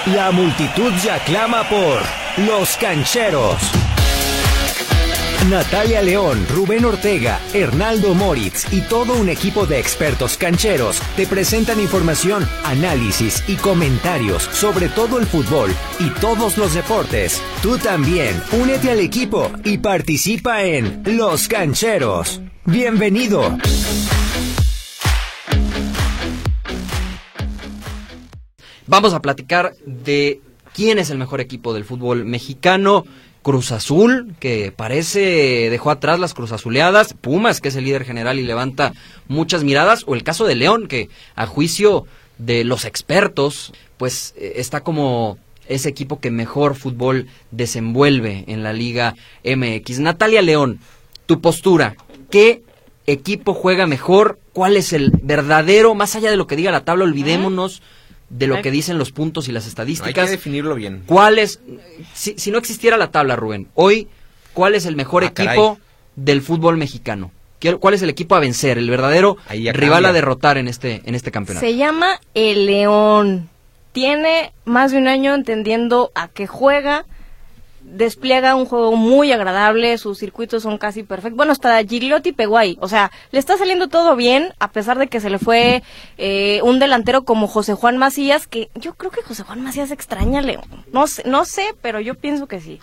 La multitud ya clama por Los Cancheros. Natalia León, Rubén Ortega, Hernaldo Moritz y todo un equipo de expertos cancheros te presentan información, análisis y comentarios sobre todo el fútbol y todos los deportes. Tú también, únete al equipo y participa en Los Cancheros. ¡Bienvenido! Vamos a platicar de quién es el mejor equipo del fútbol mexicano. Cruz Azul, que parece dejó atrás las cruzazuleadas, Pumas, que es el líder general y levanta muchas miradas, o el caso de León, que a juicio de los expertos, pues está como ese equipo que mejor fútbol desenvuelve en la Liga MX. Natalia León, tu postura, ¿qué equipo juega mejor? ¿Cuál es el verdadero, más allá de lo que diga la tabla, olvidémonos de lo que dicen los puntos y las estadísticas? Hay que definirlo bien. ¿Cuál es, si no existiera la tabla, Rubén, hoy, cuál es el mejor equipo del fútbol mexicano? ¿Cuál es el equipo a vencer, el verdadero rival a derrotar en este campeonato? Se llama el León. Tiene más de un año entendiendo a qué juega. Despliega un juego muy agradable, sus circuitos son casi perfectos. Bueno, hasta Gigliotti pegó ahí. O sea, le está saliendo todo bien, a pesar de que se le fue un delantero como José Juan Macías, que yo creo que José Juan Macías extraña a León. No sé, pero yo pienso que sí.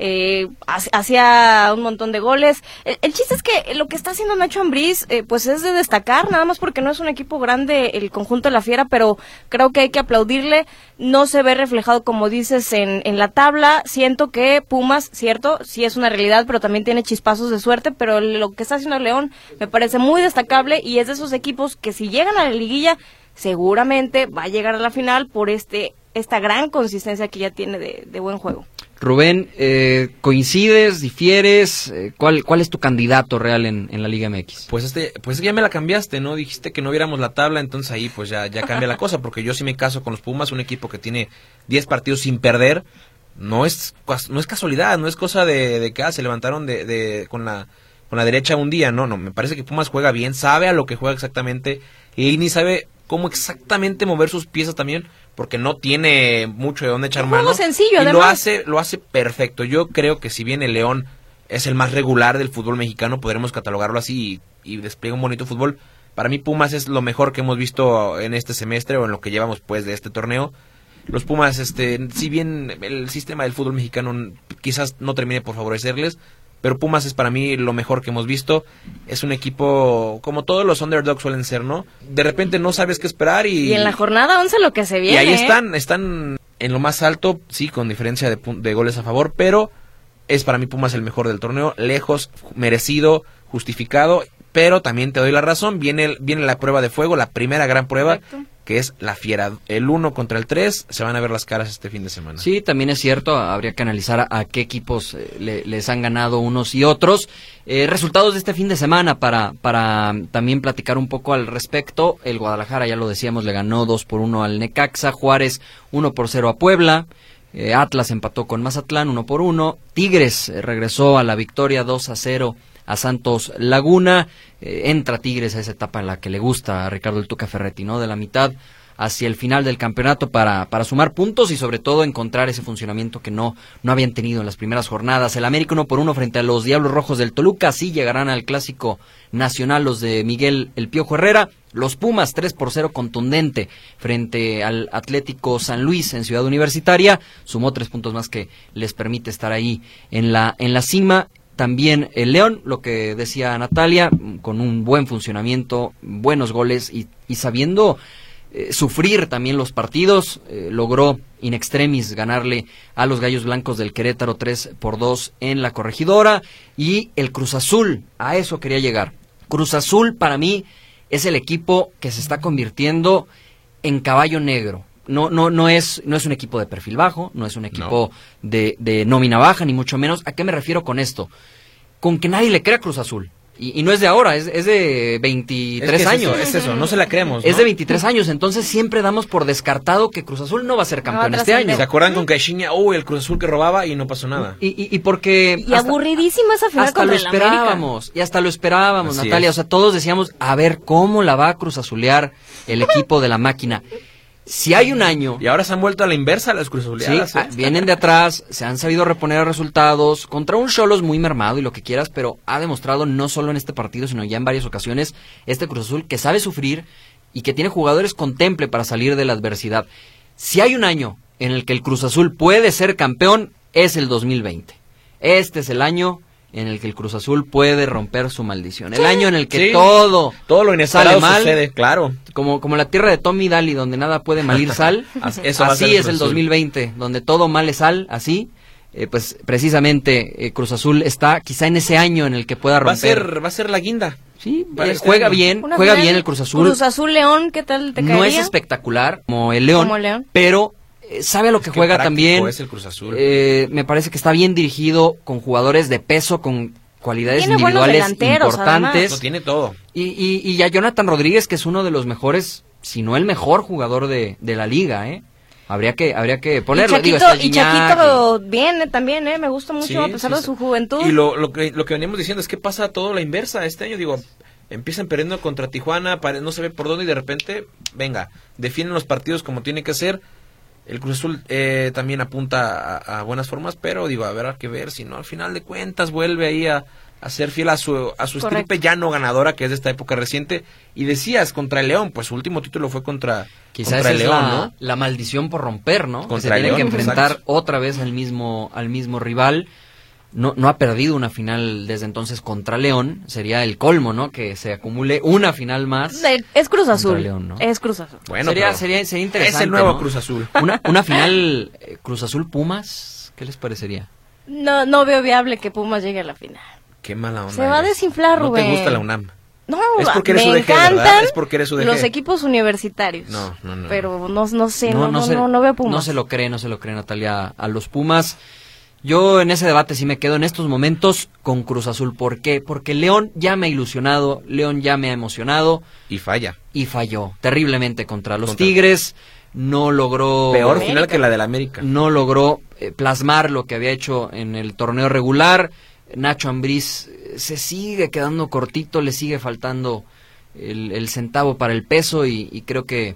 Hacía un montón de goles. El chiste es que lo que está haciendo Nacho Ambriz pues es de destacar, nada más porque no es un equipo grande el conjunto de la Fiera, pero creo que hay que aplaudirle. No se ve reflejado, como dices, en la tabla. Siento que Pumas, cierto, sí es una realidad, pero también tiene chispazos de suerte, pero lo que está haciendo León me parece muy destacable y es de esos equipos que si llegan a la liguilla seguramente va a llegar a la final por esta gran consistencia que ya tiene de buen juego. Rubén, ¿coincides, difieres? ¿Cuál es tu candidato real en la Liga MX? Pues ya me la cambiaste, ¿no? Dijiste que no viéramos la tabla, entonces ahí pues ya cambia la cosa, porque yo sí me caso con los Pumas, un equipo que tiene 10 partidos sin perder. No es casualidad, no es cosa de que se levantaron con la derecha un día, no, me parece que Pumas juega bien, sabe a lo que juega exactamente, y ni sabe cómo exactamente mover sus piezas también, porque no tiene mucho de dónde echar mano. Sencillo, y además. lo hace perfecto. Yo creo que si bien el León es el más regular del fútbol mexicano, podremos catalogarlo así y despliega un bonito fútbol. Para mí Pumas es lo mejor que hemos visto en este semestre o en lo que llevamos pues de este torneo. Los Pumas, si bien el sistema del fútbol mexicano quizás no termine por favorecerles, pero Pumas es para mí lo mejor que hemos visto. Es un equipo, como todos los underdogs suelen ser, ¿no? De repente no sabes qué esperar y en la jornada 11 lo que se viene. Y ahí están en lo más alto, sí, con diferencia de goles a favor, pero es para mí Pumas el mejor del torneo, lejos, merecido, justificado, pero también te doy la razón, viene la prueba de fuego, la primera gran prueba. Correcto. Que es la Fiera, el 1 contra el 3, se van a ver las caras este fin de semana. Sí, también es cierto, habría que analizar a qué equipos les han ganado unos y otros. Resultados de este fin de semana para también platicar un poco al respecto. El Guadalajara, ya lo decíamos, le ganó 2-1 al Necaxa, Juárez 1-0 a Puebla, Atlas empató con Mazatlán 1-1, Tigres regresó a la victoria 2-0 a Santos Laguna. Entra Tigres a esa etapa en la que le gusta a Ricardo el Tuca Ferretti, ¿no? De la mitad hacia el final del campeonato para sumar puntos y sobre todo encontrar ese funcionamiento que no habían tenido en las primeras jornadas. El América 1-1 frente a los Diablos Rojos del Toluca, sí llegarán al Clásico Nacional los de Miguel El Piojo Herrera. Los Pumas 3-0 contundente frente al Atlético San Luis en Ciudad Universitaria, sumó 3 puntos más que les permite estar ahí en la cima. También el León, lo que decía Natalia, con un buen funcionamiento, buenos goles y sabiendo sufrir también los partidos, logró in extremis ganarle a los Gallos Blancos del Querétaro 3-2 en la Corregidora. Y el Cruz Azul, a eso quería llegar. Cruz Azul para mí es el equipo que se está convirtiendo en caballo negro. No es un equipo de perfil bajo, no es un equipo de nómina baja, ni mucho menos. ¿A qué me refiero con esto? Con que nadie le crea a Cruz Azul. Y no es de ahora, es de 23 años. Es eso, no se la creemos, ¿no? Es de 23 años, entonces siempre damos por descartado que Cruz Azul no va a ser campeón este año. ¿Se acuerdan con Caixinha? El Cruz Azul que robaba y no pasó nada. Y porque... Y aburridísima esa final contra el América. Y hasta lo esperábamos, Así Natalia. Es. O sea, todos decíamos, a ver cómo la va a Cruz Azulear el equipo de la máquina. Si hay un año... Y ahora se han vuelto a la inversa las Cruz Azuleadas. Sí, vienen de atrás, se han sabido reponer resultados contra un Xolos muy mermado y lo que quieras, pero ha demostrado no solo en este partido, sino ya en varias ocasiones, este Cruz Azul que sabe sufrir y que tiene jugadores con temple para salir de la adversidad. Si hay un año en el que el Cruz Azul puede ser campeón, es el 2020. Este es el año en el que el Cruz Azul puede romper su maldición. El año en el que todo lo inesperado sale mal, sucede, claro. Como la tierra de Tommy Daly, donde nada puede malir sal. Así es el 2020, donde todo mal es sal, así. Pues precisamente Cruz Azul está quizá en ese año en el que pueda romper. Va a ser la guinda. Sí, juega bien el Cruz Azul. Cruz Azul León, ¿qué tal te caería? No es espectacular como el León, pero sabe a lo que juega también. Es el Cruz Azul. Me parece que está bien dirigido, con jugadores de peso, con cualidades tiene individuales importantes. Lo tiene todo. Y a Jonathan Rodríguez, que es uno de los mejores, si no el mejor jugador de la liga, Habría que ponerlo. Y Chaquito viene también, me gusta mucho a pesar de su juventud. Y lo que veníamos diciendo es que pasa todo la inversa este año, empiezan perdiendo contra Tijuana, no se ve por dónde y de repente, venga, definen los partidos como tiene que ser. El Cruz Azul también apunta a buenas formas, pero habrá que ver si no, al final de cuentas vuelve ahí a ser fiel a su estirpe ya no ganadora, que es de esta época reciente. Y decías, contra el León, pues su último título fue contra el León, ¿no? La maldición por romper, ¿no? Contra que se tienen que enfrentar exacto. otra vez al mismo rival. No ha perdido una final desde entonces contra León. Sería el colmo, ¿no? Que se acumule una final más. Es Cruz Azul. León, ¿no? Es Cruz Azul. Bueno, sería interesante. Es el nuevo, ¿no? Cruz Azul. Una final Cruz Azul Pumas, ¿qué les parecería? No veo viable que Pumas llegue a la final. Qué mala onda. Se va a desinflar, Rubén. ¿No te gusta la UNAM? No, es porque eres me UDG, encantan ¿verdad? Es porque eres UDG. los equipos universitarios. No. Pero no sé, no veo Pumas. No se lo cree, Natalia, a los Pumas. Yo en ese debate sí me quedo en estos momentos con Cruz Azul. ¿Por qué? Porque León ya me ha ilusionado, León ya me ha emocionado. Y falló terriblemente contra los Tigres. No logró... Peor final que la del América. No logró plasmar lo que había hecho en el torneo regular. Nacho Ambriz se sigue quedando cortito, le sigue faltando el centavo para el peso y creo que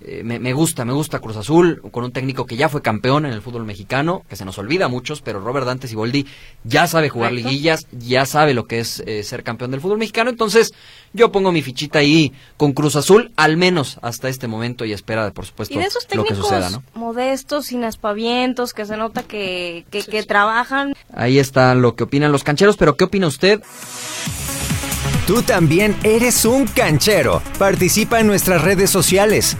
me gusta Cruz Azul, con un técnico que ya fue campeón en el fútbol mexicano, que se nos olvida a muchos, pero Robert Dante Siboldi ya sabe jugar liguillas, ya sabe lo que es ser campeón del fútbol mexicano, entonces yo pongo mi fichita ahí con Cruz Azul, al menos hasta este momento, y espera, por supuesto, y de esos lo que suceda, ¿no? Modestos, sin aspavientos, que se nota que trabajan. Ahí está lo que opinan los cancheros, pero ¿qué opina usted? Tú también eres un canchero. Participa en nuestras redes sociales,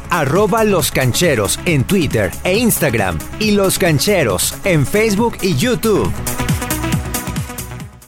@loscancheros en Twitter e Instagram y Los Cancheros en Facebook y YouTube.